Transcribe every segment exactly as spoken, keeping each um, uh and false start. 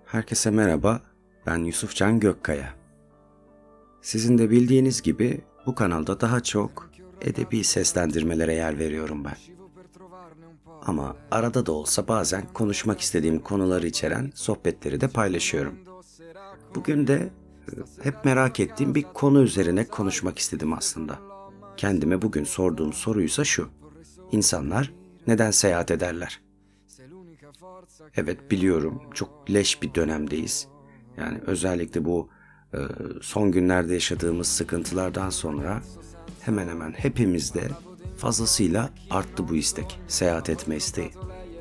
Herkese merhaba, ben Yusufcan Gökkaya. Sizin de bildiğiniz gibi bu kanalda daha çok edebi seslendirmelere yer veriyorum ben. Ama arada da olsa bazen konuşmak istediğim konuları içeren sohbetleri de paylaşıyorum. Bugün de hep merak ettiğim bir konu üzerine konuşmak istedim aslında. Kendime bugün sorduğum soruysa şu: İnsanlar neden seyahat ederler? Evet, biliyorum, çok leş bir dönemdeyiz. Yani özellikle bu e, son günlerde yaşadığımız sıkıntılardan sonra hemen hemen hepimizde fazlasıyla arttı bu istek, seyahat etme isteği.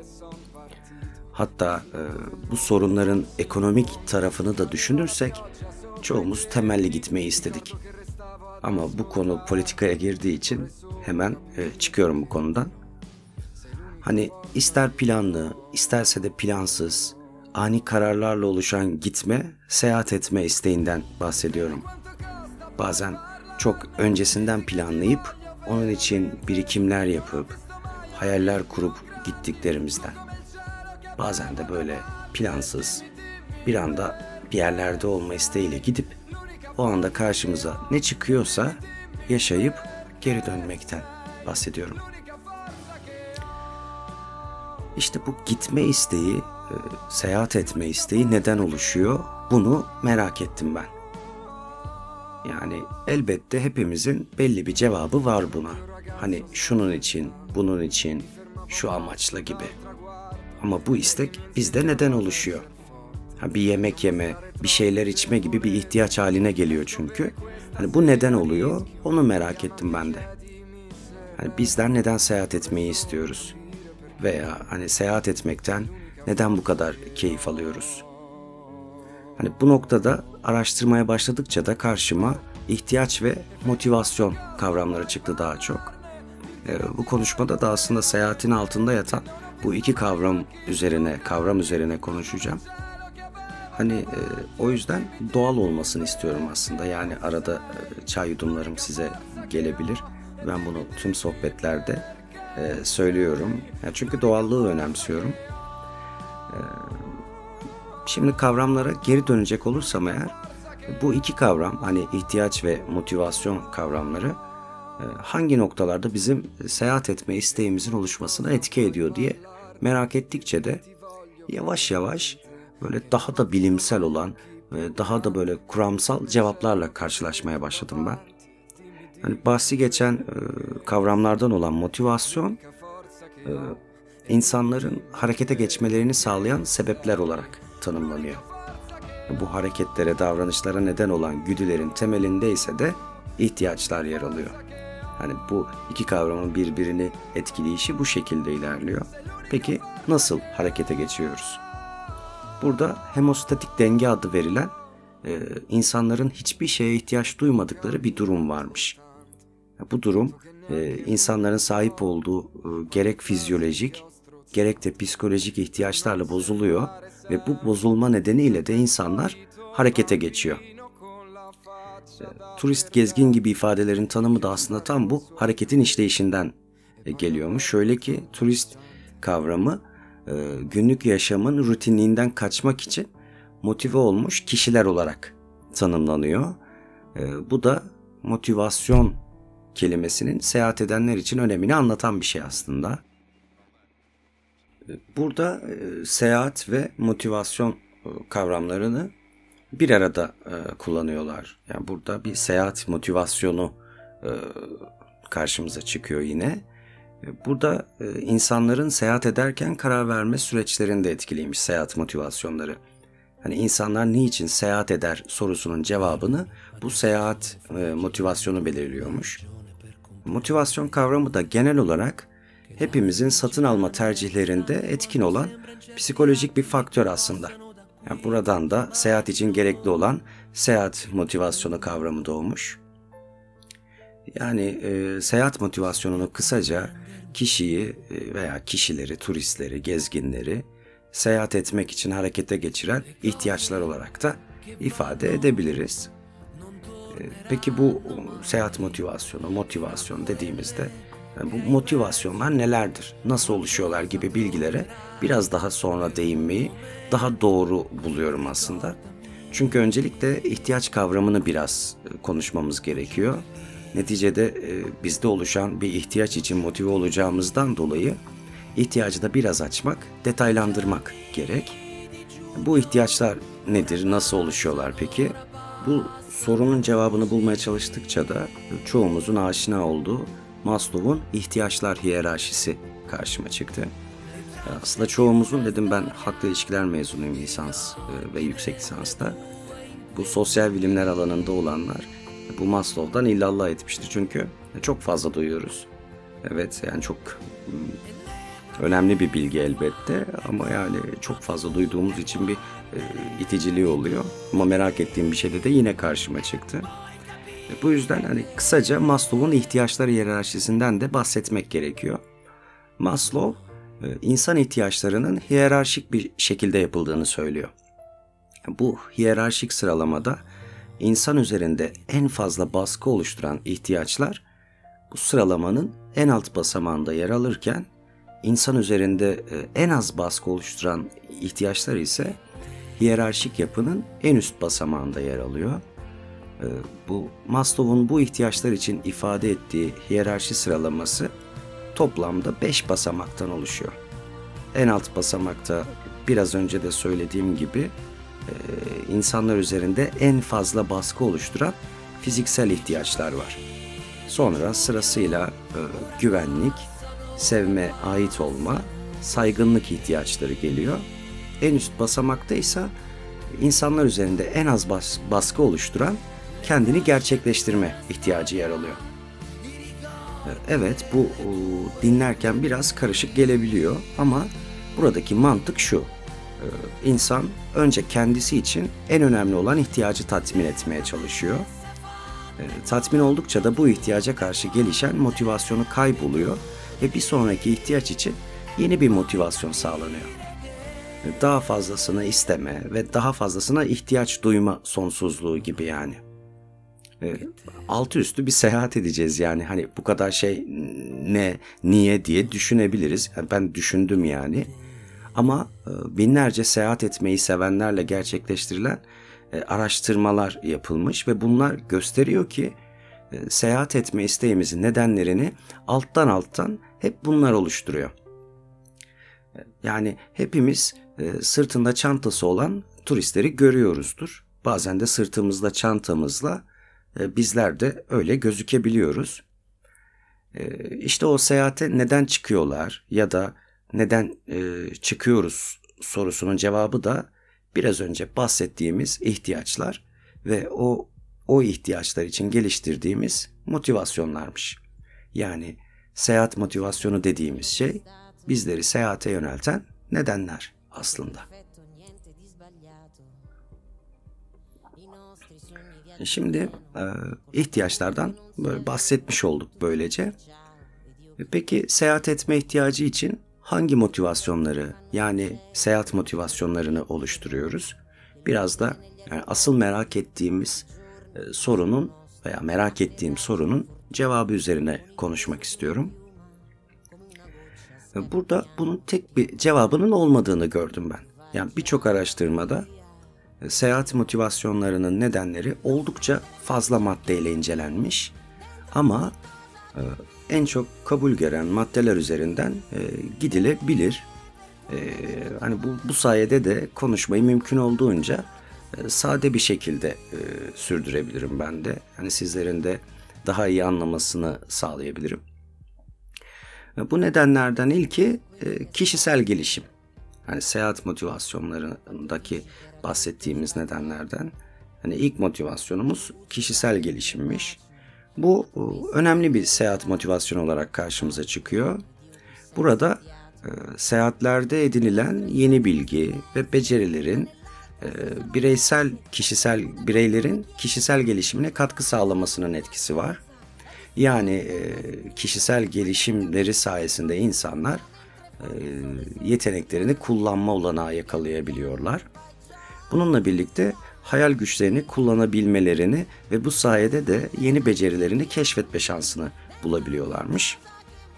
Hatta e, bu sorunların ekonomik tarafını da düşünürsek çoğumuz temelli gitmeyi istedik. Ama bu konu politikaya girdiği için hemen e, çıkıyorum bu konudan. Hani ister planlı, isterse de plansız, ani kararlarla oluşan gitme, seyahat etme isteğinden bahsediyorum. Bazen çok öncesinden planlayıp, onun için birikimler yapıp, hayaller kurup gittiklerimizden. Bazen de böyle plansız, bir anda bir yerlerde olma isteğiyle gidip, o anda karşımıza ne çıkıyorsa yaşayıp geri dönmekten bahsediyorum. İşte bu gitme isteği, e, seyahat etme isteği neden oluşuyor? Bunu merak ettim ben. Yani elbette hepimizin belli bir cevabı var buna. Hani şunun için, bunun için, şu amaçla gibi. Ama bu istek bizde neden oluşuyor? Ha, bir yemek yeme, bir şeyler içme gibi bir ihtiyaç haline geliyor çünkü. Hani bu neden oluyor? Onu merak ettim ben de. Hani bizler neden seyahat etmeyi istiyoruz? Veya hani seyahat etmekten neden bu kadar keyif alıyoruz? Hani bu noktada araştırmaya başladıkça da karşıma ihtiyaç ve motivasyon kavramları çıktı daha çok. Ee, bu konuşmada da aslında seyahatin altında yatan bu iki kavram üzerine, kavram üzerine konuşacağım. Hani e, o yüzden doğal olmasını istiyorum aslında. Yani arada e, çay yudumlarım size gelebilir. Ben bunu tüm sohbetlerde e, söylüyorum. Yani çünkü doğallığı önemsiyorum. E, şimdi kavramlara geri dönecek olursam eğer, bu iki kavram, hani ihtiyaç ve motivasyon kavramları e, hangi noktalarda bizim seyahat etme isteğimizin oluşmasına etki ediyor diye merak ettikçe de yavaş yavaş böyle daha da bilimsel olan ve daha da böyle kuramsal cevaplarla karşılaşmaya başladım ben. Yani bahsi geçen e, kavramlardan olan motivasyon, e, insanların harekete geçmelerini sağlayan sebepler olarak tanımlanıyor. Bu hareketlere, davranışlara neden olan güdülerin temelinde ise de ihtiyaçlar yer alıyor. Hani bu iki kavramın birbirini etkileyişi bu şekilde ilerliyor. Peki nasıl harekete geçiyoruz? Burada hemostatik denge adı verilen e, insanların hiçbir şeye ihtiyaç duymadıkları bir durum varmış. Bu durum e, insanların sahip olduğu e, gerek fizyolojik gerek de psikolojik ihtiyaçlarla bozuluyor ve bu bozulma nedeniyle de insanlar harekete geçiyor. E, turist, gezgin gibi ifadelerin tanımı da aslında tam bu hareketin işleyişinden e, geliyormuş. Şöyle ki turist kavramı e, günlük yaşamın rutinliğinden kaçmak için motive olmuş kişiler olarak tanımlanıyor. E, bu da motivasyon kelimesinin seyahat edenler için önemini anlatan bir şey aslında. Burada e, seyahat ve motivasyon e, kavramlarını bir arada e, kullanıyorlar. Yani burada bir seyahat motivasyonu e, karşımıza çıkıyor yine. E, burada e, insanların seyahat ederken karar verme süreçlerini de etkileymiş seyahat motivasyonları. Hani insanlar niçin seyahat eder sorusunun cevabını bu seyahat e, motivasyonu belirliyormuş. Motivasyon kavramı da genel olarak hepimizin satın alma tercihlerinde etkin olan psikolojik bir faktör aslında. Yani buradan da seyahat için gerekli olan seyahat motivasyonu kavramı doğmuş. Yani e, seyahat motivasyonunu kısaca kişiyi e, veya kişileri, turistleri, gezginleri seyahat etmek için harekete geçiren ihtiyaçlar olarak da ifade edebiliriz. Peki bu seyahat motivasyonu, motivasyon dediğimizde Yani bu motivasyonlar nelerdir, nasıl oluşuyorlar gibi bilgilere biraz daha sonra değinmeyi daha doğru buluyorum aslında. Çünkü öncelikle ihtiyaç kavramını biraz konuşmamız gerekiyor. Neticede e, bizde oluşan bir ihtiyaç için motive olacağımızdan dolayı ihtiyacı da biraz açmak, detaylandırmak gerek. Bu ihtiyaçlar nedir, nasıl oluşuyorlar peki? Bu sorunun cevabını bulmaya çalıştıkça da çoğumuzun aşina olduğu Maslow'un ihtiyaçlar hiyerarşisi karşıma çıktı. Aslında çoğumuzun, dedim ben halkla ilişkiler mezunuyum lisans ve yüksek lisansta. Bu sosyal bilimler alanında olanlar bu Maslow'dan illallah etmiştir. Çünkü çok fazla duyuyoruz. Evet, yani çok önemli bir bilgi elbette ama yani çok fazla duyduğumuz için bir e, iticiliği oluyor. Ama merak ettiğim bir şeyde de yine karşıma çıktı. E, bu yüzden hani kısaca Maslow'un ihtiyaçları hiyerarşisinden de bahsetmek gerekiyor. Maslow e, insan ihtiyaçlarının hiyerarşik bir şekilde yapıldığını söylüyor. Bu hiyerarşik sıralamada insan üzerinde en fazla baskı oluşturan ihtiyaçlar bu sıralamanın en alt basamağında yer alırken İnsan üzerinde en az baskı oluşturan ihtiyaçlar ise hiyerarşik yapının en üst basamağında yer alıyor. Bu Maslow'un bu ihtiyaçlar için ifade ettiği hiyerarşi sıralaması toplamda beş basamaktan oluşuyor. En alt basamakta biraz önce de söylediğim gibi insanlar üzerinde en fazla baskı oluşturan fiziksel ihtiyaçlar var. Sonra sırasıyla güvenlik, sevme, ait olma, saygınlık ihtiyaçları geliyor. En üst basamakta ise insanlar üzerinde en az bas- baskı oluşturan kendini gerçekleştirme ihtiyacı yer alıyor. Evet, bu dinlerken biraz karışık gelebiliyor ama buradaki mantık şu. İnsan önce kendisi için en önemli olan ihtiyacı tatmin etmeye çalışıyor. Tatmin oldukça da bu ihtiyaca karşı gelişen motivasyonu kayboluyor ve bir sonraki ihtiyaç için yeni bir motivasyon sağlanıyor. Daha fazlasını isteme ve daha fazlasına ihtiyaç duyma sonsuzluğu gibi yani. Altı üstü bir seyahat edeceğiz yani, hani bu kadar şey ne, niye diye düşünebiliriz. Yani ben düşündüm yani. Ama binlerce seyahat etmeyi sevenlerle gerçekleştirilen araştırmalar yapılmış ve bunlar gösteriyor ki seyahat etme isteğimizin nedenlerini alttan alttan hep bunlar oluşturuyor. Yani hepimiz sırtında çantası olan turistleri görüyoruzdur. Bazen de sırtımızda çantamızla bizler de öyle gözükebiliyoruz. İşte o seyahate neden çıkıyorlar ya da neden çıkıyoruz sorusunun cevabı da biraz önce bahsettiğimiz ihtiyaçlar ve o o ihtiyaçlar için geliştirdiğimiz motivasyonlarmış. Yani seyahat motivasyonu dediğimiz şey bizleri seyahate yönelten nedenler aslında. Şimdi e, ihtiyaçlardan böyle bahsetmiş olduk böylece. Peki seyahat etme ihtiyacı için hangi motivasyonları, yani seyahat motivasyonlarını oluşturuyoruz? Biraz da yani asıl merak ettiğimiz e, sorunun veya merak ettiğim sorunun cevabı üzerine konuşmak istiyorum. Burada bunun tek bir cevabının olmadığını gördüm ben. Yani birçok araştırmada e, seyahat motivasyonlarının nedenleri oldukça fazla maddeyle incelenmiş. Ama e, en çok kabul gören maddeler üzerinden e, gidilebilir. E, hani bu, bu sayede de konuşmayı mümkün olduğunca e, sade bir şekilde e, sürdürebilirim ben de. Hani sizlerin de daha iyi anlamasını sağlayabilirim. E, bu nedenlerden ilki e, kişisel gelişim. Hani seyahat motivasyonlarındaki bahsettiğimiz nedenlerden hani ilk motivasyonumuz kişisel gelişimmiş. Bu önemli bir seyahat motivasyonu olarak karşımıza çıkıyor. Burada e, seyahatlerde edinilen yeni bilgi ve becerilerin e, bireysel kişisel bireylerin kişisel gelişimine katkı sağlamasının etkisi var. Yani e, kişisel gelişimleri sayesinde insanlar e, yeteneklerini kullanma olanağı yakalayabiliyorlar. Bununla birlikte hayal güçlerini kullanabilmelerini ve bu sayede de yeni becerilerini keşfetme şansını bulabiliyorlarmış.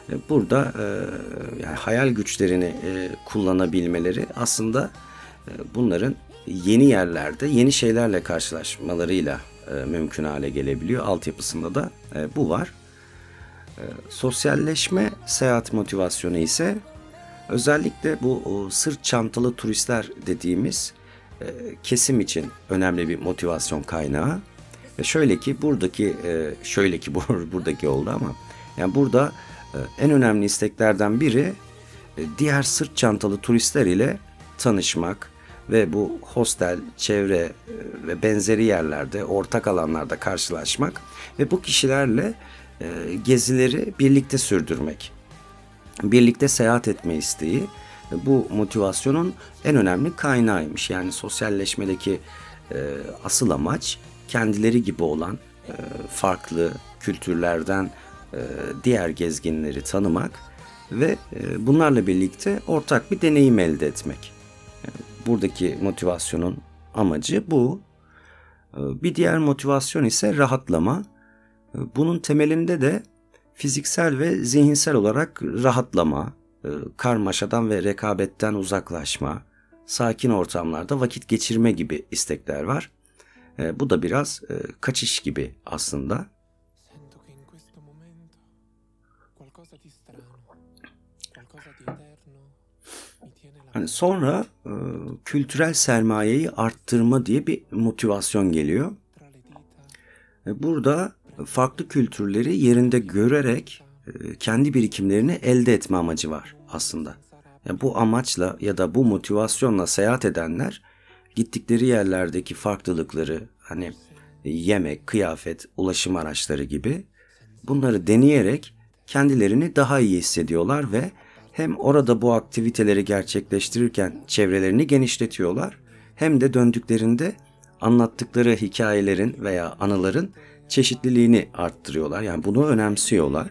Burada yani hayal güçlerini kullanabilmeleri aslında bunların yeni yerlerde yeni şeylerle karşılaşmalarıyla mümkün hale gelebiliyor. Altyapısında da bu var. Sosyalleşme seyahat motivasyonu ise özellikle bu sırt çantalı turistler dediğimiz kesim için önemli bir motivasyon kaynağı. Ve şöyle ki buradaki şöyle ki buradaki oldu ama yani burada en önemli isteklerden biri diğer sırt çantalı turistler ile tanışmak ve bu hostel, çevre ve benzeri yerlerde, ortak alanlarda karşılaşmak ve bu kişilerle gezileri birlikte sürdürmek. Birlikte seyahat etme isteği bu motivasyonun en önemli kaynağıymış. Yani sosyalleşmedeki asıl amaç kendileri gibi olan farklı kültürlerden diğer gezginleri tanımak ve bunlarla birlikte ortak bir deneyim elde etmek. Buradaki motivasyonun amacı bu. Bir diğer motivasyon ise rahatlama. Bunun temelinde de fiziksel ve zihinsel olarak rahatlama, karmaşadan ve rekabetten uzaklaşma, sakin ortamlarda vakit geçirme gibi istekler var. Bu da biraz kaçış gibi aslında. Hani sonra e, kültürel sermayeyi arttırma diye bir motivasyon geliyor. E, burada farklı kültürleri yerinde görerek e, kendi birikimlerini elde etme amacı var aslında. Yani bu amaçla ya da bu motivasyonla seyahat edenler gittikleri yerlerdeki farklılıkları, hani yemek, kıyafet, ulaşım araçları gibi bunları deneyerek kendilerini daha iyi hissediyorlar ve hem orada bu aktiviteleri gerçekleştirirken çevrelerini genişletiyorlar, hem de döndüklerinde anlattıkları hikayelerin veya anıların çeşitliliğini arttırıyorlar. Yani bunu önemsiyorlar.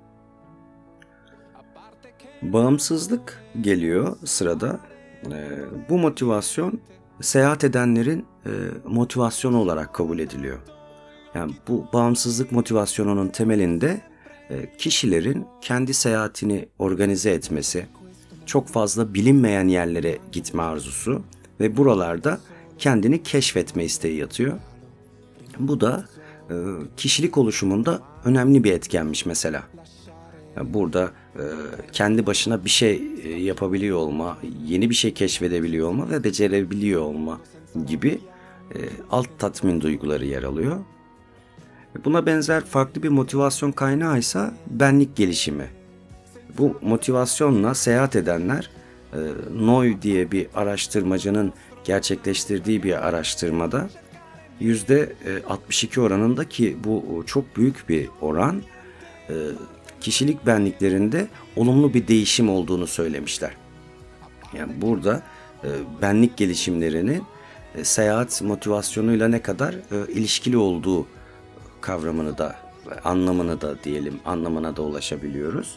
Bağımsızlık geliyor sırada. Bu motivasyon seyahat edenlerin motivasyonu olarak kabul ediliyor. Yani bu bağımsızlık motivasyonunun temelinde kişilerin kendi seyahatini organize etmesi, çok fazla bilinmeyen yerlere gitme arzusu ve buralarda kendini keşfetme isteği yatıyor. Bu da kişilik oluşumunda önemli bir etkenmiş mesela. Burada kendi başına bir şey yapabiliyor olma, yeni bir şey keşfedebiliyor olma ve becerebiliyor olma gibi alt tatmin duyguları yer alıyor. Buna benzer farklı bir motivasyon kaynağı ise benlik gelişimi. Bu motivasyonla seyahat edenler Noy diye bir araştırmacının gerçekleştirdiği bir araştırmada yüzde altmış iki oranında, ki bu çok büyük bir oran, kişilik benliklerinde olumlu bir değişim olduğunu söylemişler. Yani burada benlik gelişimlerinin seyahat motivasyonuyla ne kadar ilişkili olduğu kavramını da, anlamını da diyelim, anlamına da ulaşabiliyoruz.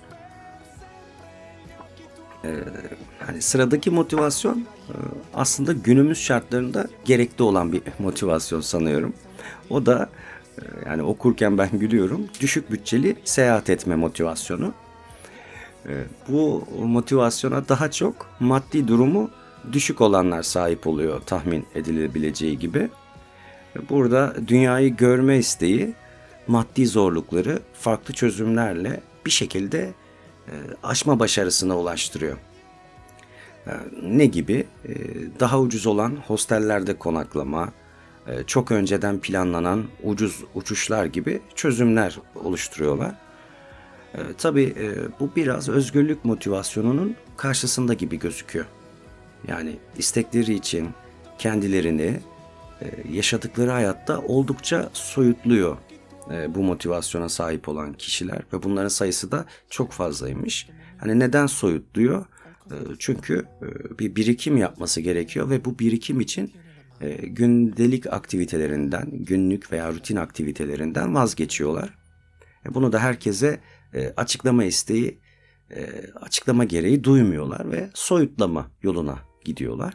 Ee, hani sıradaki motivasyon e, aslında günümüz şartlarında gerekli olan bir motivasyon sanıyorum. O da e, yani okurken ben gülüyorum. Düşük bütçeli seyahat etme motivasyonu. E, bu motivasyona daha çok maddi durumu düşük olanlar sahip oluyor, tahmin edilebileceği gibi. Burada dünyayı görme isteği maddi zorlukları farklı çözümlerle bir şekilde e, aşma başarısına ulaştırıyor. E, ne gibi? E, daha ucuz olan hostellerde konaklama, e, çok önceden planlanan ucuz uçuşlar gibi çözümler oluşturuyorlar. E, tabii e, bu biraz özgürlük motivasyonunun karşısında gibi gözüküyor. Yani istekleri için kendilerini yaşadıkları hayatta oldukça soyutluyor bu motivasyona sahip olan kişiler ve bunların sayısı da çok fazlaymış. Hani neden soyutluyor? Çünkü bir birikim yapması gerekiyor ve bu birikim için gündelik aktivitelerinden, günlük veya rutin aktivitelerinden vazgeçiyorlar. Bunu da herkese açıklama isteği, açıklama gereği duymuyorlar ve soyutlama yoluna gidiyorlar.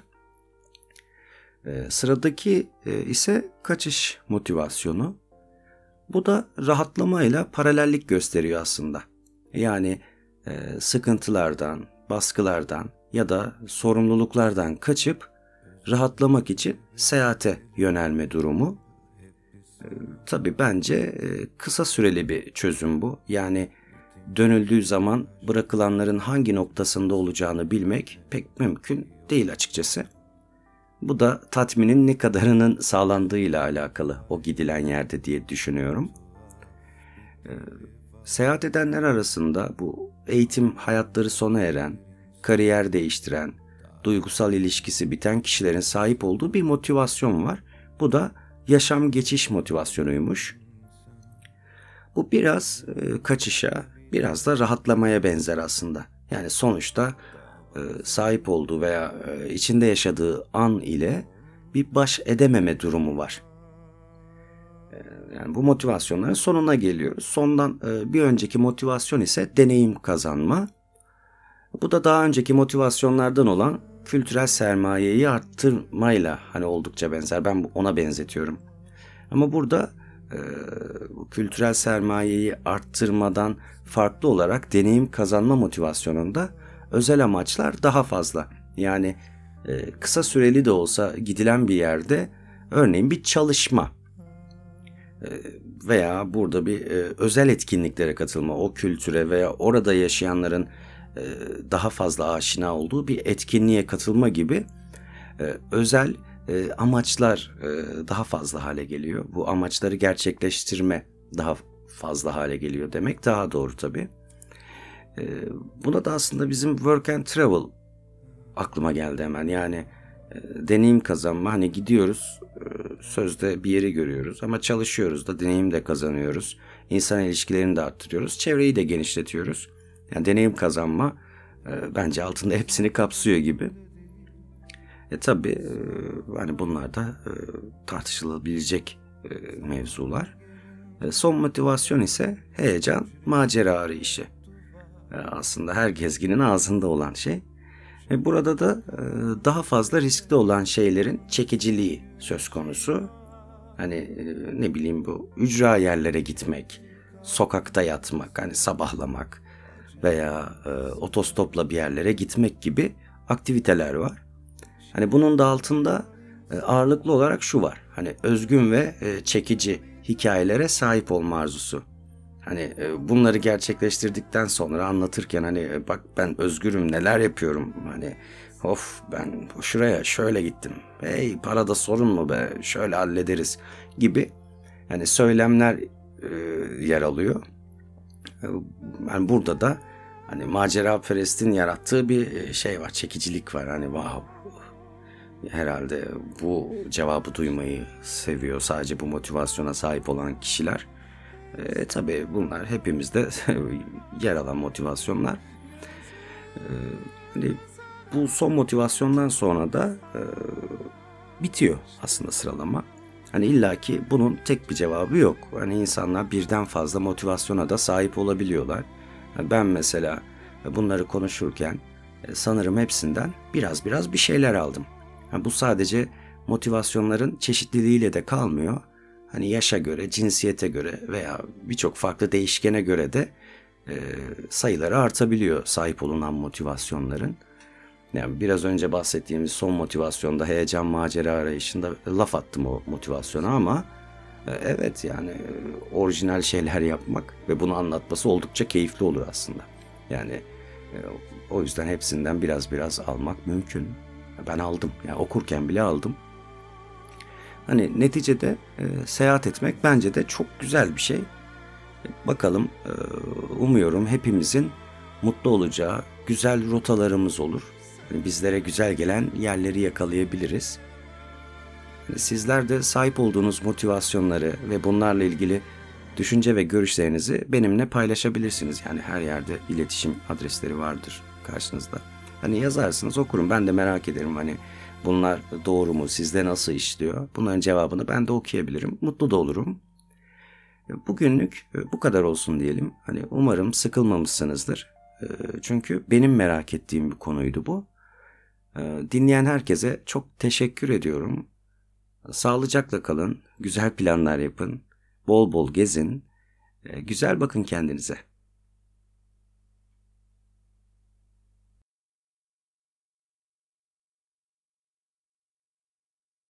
Sıradaki ise kaçış motivasyonu. Bu da rahatlamayla paralellik gösteriyor aslında. Yani e, sıkıntılardan, baskılardan ya da sorumluluklardan kaçıp rahatlamak için seyahate yönelme durumu. E, tabii bence e, kısa süreli bir çözüm bu. Yani dönüldüğü zaman bırakılanların hangi noktasında olacağını bilmek pek mümkün değil açıkçası. Bu da tatminin ne kadarının sağlandığıyla alakalı o gidilen yerde diye düşünüyorum. Ee, seyahat edenler arasında bu eğitim hayatları sona eren, kariyer değiştiren, duygusal ilişkisi biten kişilerin sahip olduğu bir motivasyon var. Bu da yaşam geçiş motivasyonuymuş. Bu biraz e, kaçışa, biraz da rahatlamaya benzer aslında. Yani sonuçta e, sahip olduğu veya e, içinde yaşadığı an ile bir baş edememe durumu var. E, yani bu motivasyonların sonuna geliyoruz. Sondan e, bir önceki motivasyon ise deneyim kazanma. Bu da daha önceki motivasyonlardan olan kültürel sermayeyi arttırmayla hani oldukça benzer. Ben ona benzetiyorum. Ama burada e, kültürel sermayeyi arttırmadan farklı olarak deneyim kazanma motivasyonunda özel amaçlar daha fazla. Yani e, kısa süreli de olsa gidilen bir yerde örneğin bir çalışma e, veya burada bir e, özel etkinliklere katılma, o kültüre veya orada yaşayanların e, daha fazla aşina olduğu bir etkinliğe katılma gibi e, özel e, amaçlar e, daha fazla hale geliyor. Bu amaçları gerçekleştirme daha fazla hale geliyor demek daha doğru tabii. E, buna da aslında bizim work and travel aklıma geldi hemen. Yani e, deneyim kazanma, hani gidiyoruz e, sözde bir yeri görüyoruz ama çalışıyoruz da deneyim de kazanıyoruz. İnsan ilişkilerini de arttırıyoruz. Çevreyi de genişletiyoruz. Yani deneyim kazanma e, bence altında hepsini kapsıyor gibi. E tabi e, hani bunlar da e, tartışılabilecek e, mevzular. E, son motivasyon ise heyecan, macera arayışı. E, aslında her gezginin ağzında olan şey. E, burada da e, daha fazla riskli olan şeylerin çekiciliği söz konusu. Hani e, ne bileyim bu ücra yerlere gitmek, sokakta yatmak, hani sabahlamak veya e, otostopla bir yerlere gitmek gibi aktiviteler var. Hani bunun da altında e, ağırlıklı olarak şu var. Hani özgün ve e, çekici hikayelere sahip olma arzusu. Hani e, bunları gerçekleştirdikten sonra anlatırken hani e, bak ben özgürüm, neler yapıyorum. Hani of ben şuraya şöyle gittim. Hey parada sorun mu be, şöyle hallederiz gibi hani söylemler e, yer alıyor. E, yani burada da hani maceraperestin yarattığı bir şey var, çekicilik var. Hani wow. Herhalde bu cevabı duymayı seviyor sadece bu motivasyona sahip olan kişiler. E, tabii bunlar hepimizde yer alan motivasyonlar. E, hani bu son motivasyondan sonra da e, bitiyor aslında sıralama. Hani illaki bunun tek bir cevabı yok. Hani insanlar birden fazla motivasyona da sahip olabiliyorlar. Ben mesela bunları konuşurken sanırım hepsinden biraz biraz bir şeyler aldım. Yani bu sadece motivasyonların çeşitliliğiyle de kalmıyor. Hani yaşa göre, cinsiyete göre veya birçok farklı değişkene göre de e, sayıları artabiliyor sahip olunan motivasyonların. Yani biraz önce bahsettiğimiz son motivasyonda heyecan, macera arayışında laf attım o motivasyona ama e, evet yani e, orijinal şeyler yapmak ve bunu anlatması oldukça keyifli olur aslında. Yani e, o yüzden hepsinden biraz biraz almak mümkün. Ben aldım. Yani okurken bile aldım. Hani neticede e, seyahat etmek bence de çok güzel bir şey. Bakalım e, umuyorum hepimizin mutlu olacağı güzel rotalarımız olur. Yani bizlere güzel gelen yerleri yakalayabiliriz. Yani sizler de sahip olduğunuz motivasyonları ve bunlarla ilgili düşünce ve görüşlerinizi benimle paylaşabilirsiniz. Yani her yerde iletişim adresleri vardır karşınızda. Hani yazarsınız, okurum. Ben de merak ederim hani bunlar doğru mu? Sizde nasıl işliyor? Bunların cevabını ben de okuyabilirim. Mutlu da olurum. Bugünlük bu kadar olsun diyelim. Hani umarım sıkılmamışsınızdır. Çünkü benim merak ettiğim bir konuydu bu. Dinleyen herkese çok teşekkür ediyorum. Sağlıcakla kalın, güzel planlar yapın, bol bol gezin, güzel bakın kendinize.